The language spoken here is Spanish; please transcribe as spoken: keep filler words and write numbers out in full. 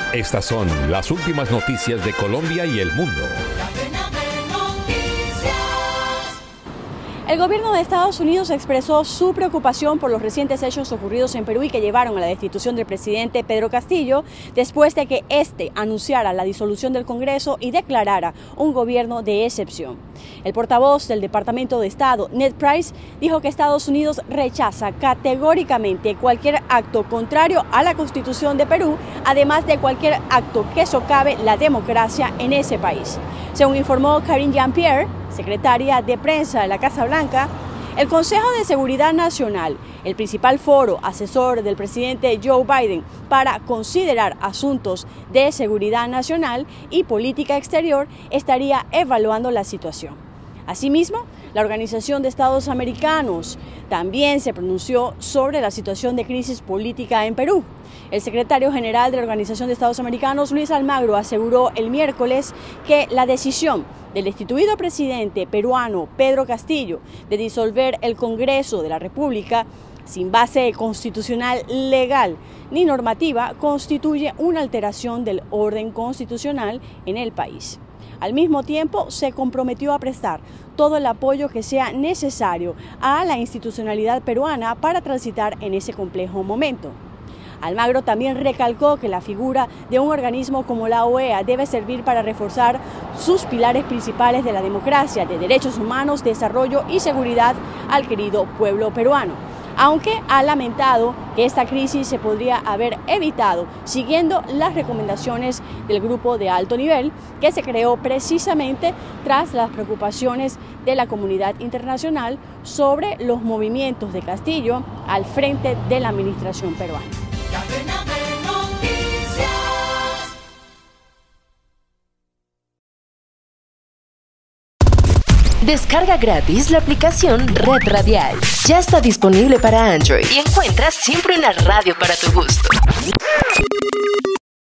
Estas son las últimas noticias de Colombia y el mundo. El gobierno de Estados Unidos expresó su preocupación por los recientes hechos ocurridos en Perú y que llevaron a la destitución del presidente Pedro Castillo después de que éste anunciara la disolución del Congreso y declarara un gobierno de excepción. El portavoz del Departamento de Estado, Ned Price, dijo que Estados Unidos rechaza categóricamente cualquier acto contrario a la Constitución de Perú, además de cualquier acto que socave la democracia en ese país. Según informó Karine Jean-Pierre, secretaria de prensa de la Casa Blanca, el Consejo de Seguridad Nacional, el principal foro asesor del presidente Joe Biden para considerar asuntos de seguridad nacional y política exterior, estaría evaluando la situación. Asimismo, la Organización de Estados Americanos también se pronunció sobre la situación de crisis política en Perú. El secretario general de la Organización de Estados Americanos, Luis Almagro, aseguró el miércoles que la decisión del destituido presidente peruano Pedro Castillo de disolver el Congreso de la República sin base constitucional legal ni normativa constituye una alteración del orden constitucional en el país. Al mismo tiempo, se comprometió a prestar todo el apoyo que sea necesario a la institucionalidad peruana para transitar en ese complejo momento. Almagro también recalcó que la figura de un organismo como la O E A debe servir para reforzar sus pilares principales de la democracia, de derechos humanos, desarrollo y seguridad al querido pueblo peruano, aunque ha lamentado que esta crisis se podría haber evitado siguiendo las recomendaciones del grupo de alto nivel que se creó precisamente tras las preocupaciones de la comunidad internacional sobre los movimientos de Castillo al frente de la administración peruana. Descarga gratis la aplicación Red Radial. Ya está disponible para Android y encuentras siempre una radio para tu gusto.